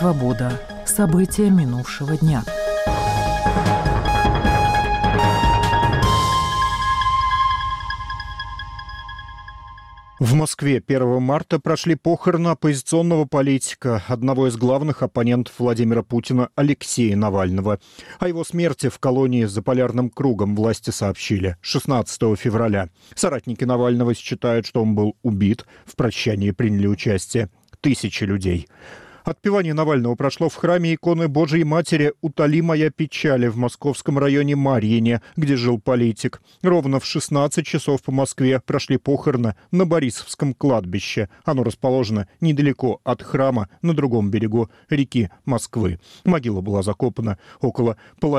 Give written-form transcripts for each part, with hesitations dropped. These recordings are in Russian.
«Свобода». События минувшего дня. В Москве 1 марта прошли похороны оппозиционного политика, одного из главных оппонентов Владимира Путина Алексея Навального. О его смерти в колонии за Полярным кругом власти сообщили 16 февраля. Соратники Навального считают, что он был убит. В прощании приняли участие тысячи людей. Отпевание Навального прошло в храме иконы Божией Матери «Утоли моя печали» в московском районе Марьине, где жил политик. Ровно в 16 часов по Москве прошли похороны на Борисовском кладбище. Оно расположено недалеко от храма на другом берегу реки Москвы. Могила была закопана около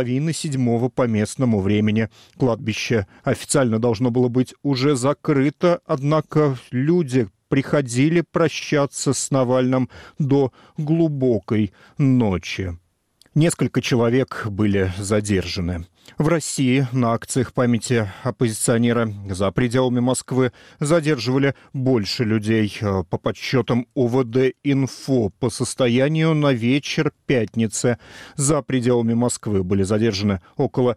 6:30 по местному времени. Кладбище официально должно было быть уже закрыто, однако люди приходили прощаться с Навальным до глубокой ночи. Несколько человек были задержаны. В России на акциях памяти оппозиционера за пределами Москвы задерживали больше людей. По подсчетам ОВД-Инфо, по состоянию на вечер пятницы за пределами Москвы были задержаны около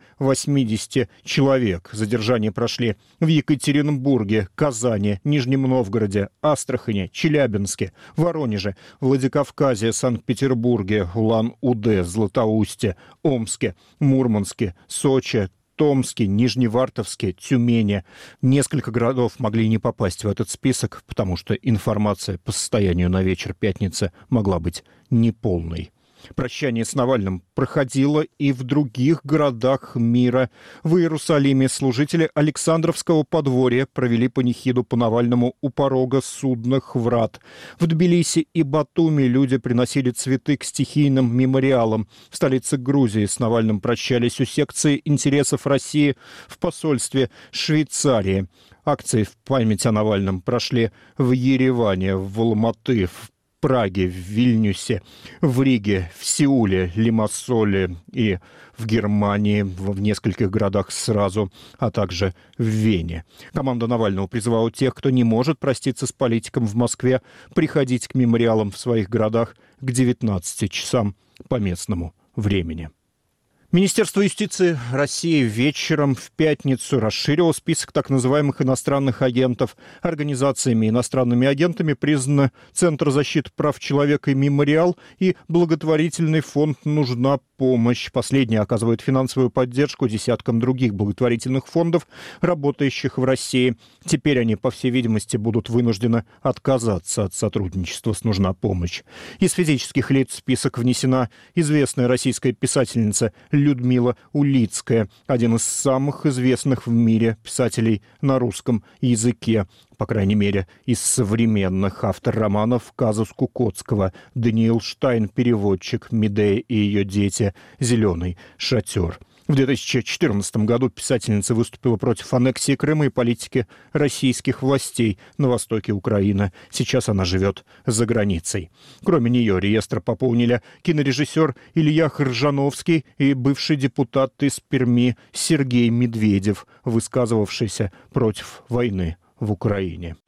80 человек. Задержания прошли в Екатеринбурге, Казани, Нижнем Новгороде, Астрахани, Челябинске, Воронеже, Владикавказе, Санкт-Петербурге, Улан-Удэ, Златоусте, Омске, Мурманске, Сочи, Томске, Нижневартовске, Тюмени. Несколько городов могли не попасть в этот список, потому что информация по состоянию на вечер пятницы могла быть неполной. Прощание с Навальным проходило и в других городах мира. В Иерусалиме служители Александровского подворья провели панихиду по Навальному у порога судных врат. В Тбилиси и Батуми люди приносили цветы к стихийным мемориалам. В столице Грузии с Навальным прощались у секции интересов России в посольстве Швейцарии. Акции в память о Навальном прошли в Ереване, в Алматы, в Праге, в Вильнюсе, в Риге, в Сеуле, Лимассоле и в Германии, в нескольких городах сразу, а также в Вене. Команда Навального призывала тех, кто не может проститься с политиком в Москве, приходить к мемориалам в своих городах к 19 часам по местному времени. Министерство юстиции России вечером в пятницу расширило список так называемых иностранных агентов. Организациями иностранными агентами признаны Центр защиты прав человека и «Мемориал» и благотворительный фонд «Нужна помощь». Последний оказывает финансовую поддержку десяткам других благотворительных фондов, работающих в России. Теперь они, по всей видимости, будут вынуждены отказаться от сотрудничества с «Нужна помощь». Из физических лиц в список внесена известная российская писательница Людмила Улицкая, один из самых известных в мире писателей на русском языке, по крайней мере, из современных. Автор романов «Казус Кукоцкого», Даниил Штайн, переводчик, «Медея и ее дети», «Зеленый шатер». В 2014 году писательница выступила против аннексии Крыма и политики российских властей на востоке Украины. Сейчас она живет за границей. Кроме нее реестр пополнили кинорежиссер Илья Хржановский и бывший депутат из Перми Сергей Медведев, высказывавшийся против войны в Украине.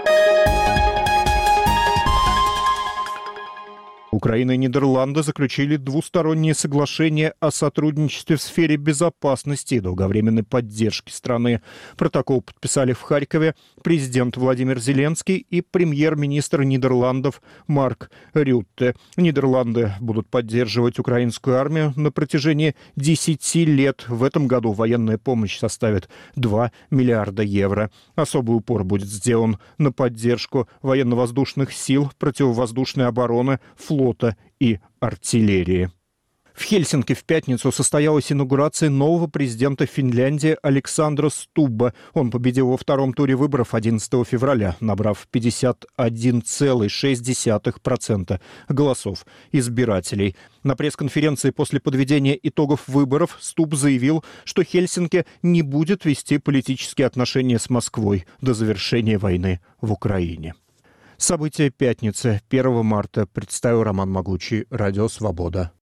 Украина и Нидерланды заключили двусторонние соглашения о сотрудничестве в сфере безопасности и долговременной поддержки страны. Протокол подписали в Харькове президент Владимир Зеленский и премьер-министр Нидерландов Марк Рютте. Нидерланды будут поддерживать украинскую армию на протяжении 10 лет. В этом году военная помощь составит 2 миллиарда евро. Особый упор будет сделан на поддержку военно-воздушных сил, противовоздушной обороны, флота и артиллерии. В Хельсинки в пятницу состоялась инаугурация нового президента Финляндии Александра Стубба. Он победил во втором туре выборов 11 февраля, набрав 51,6% голосов избирателей. На пресс-конференции после подведения итогов выборов Стубб заявил, что Хельсинки не будет вести политические отношения с Москвой до завершения войны в Украине. События пятницы, 1 марта, представил Роман Могучий, Радио Свобода.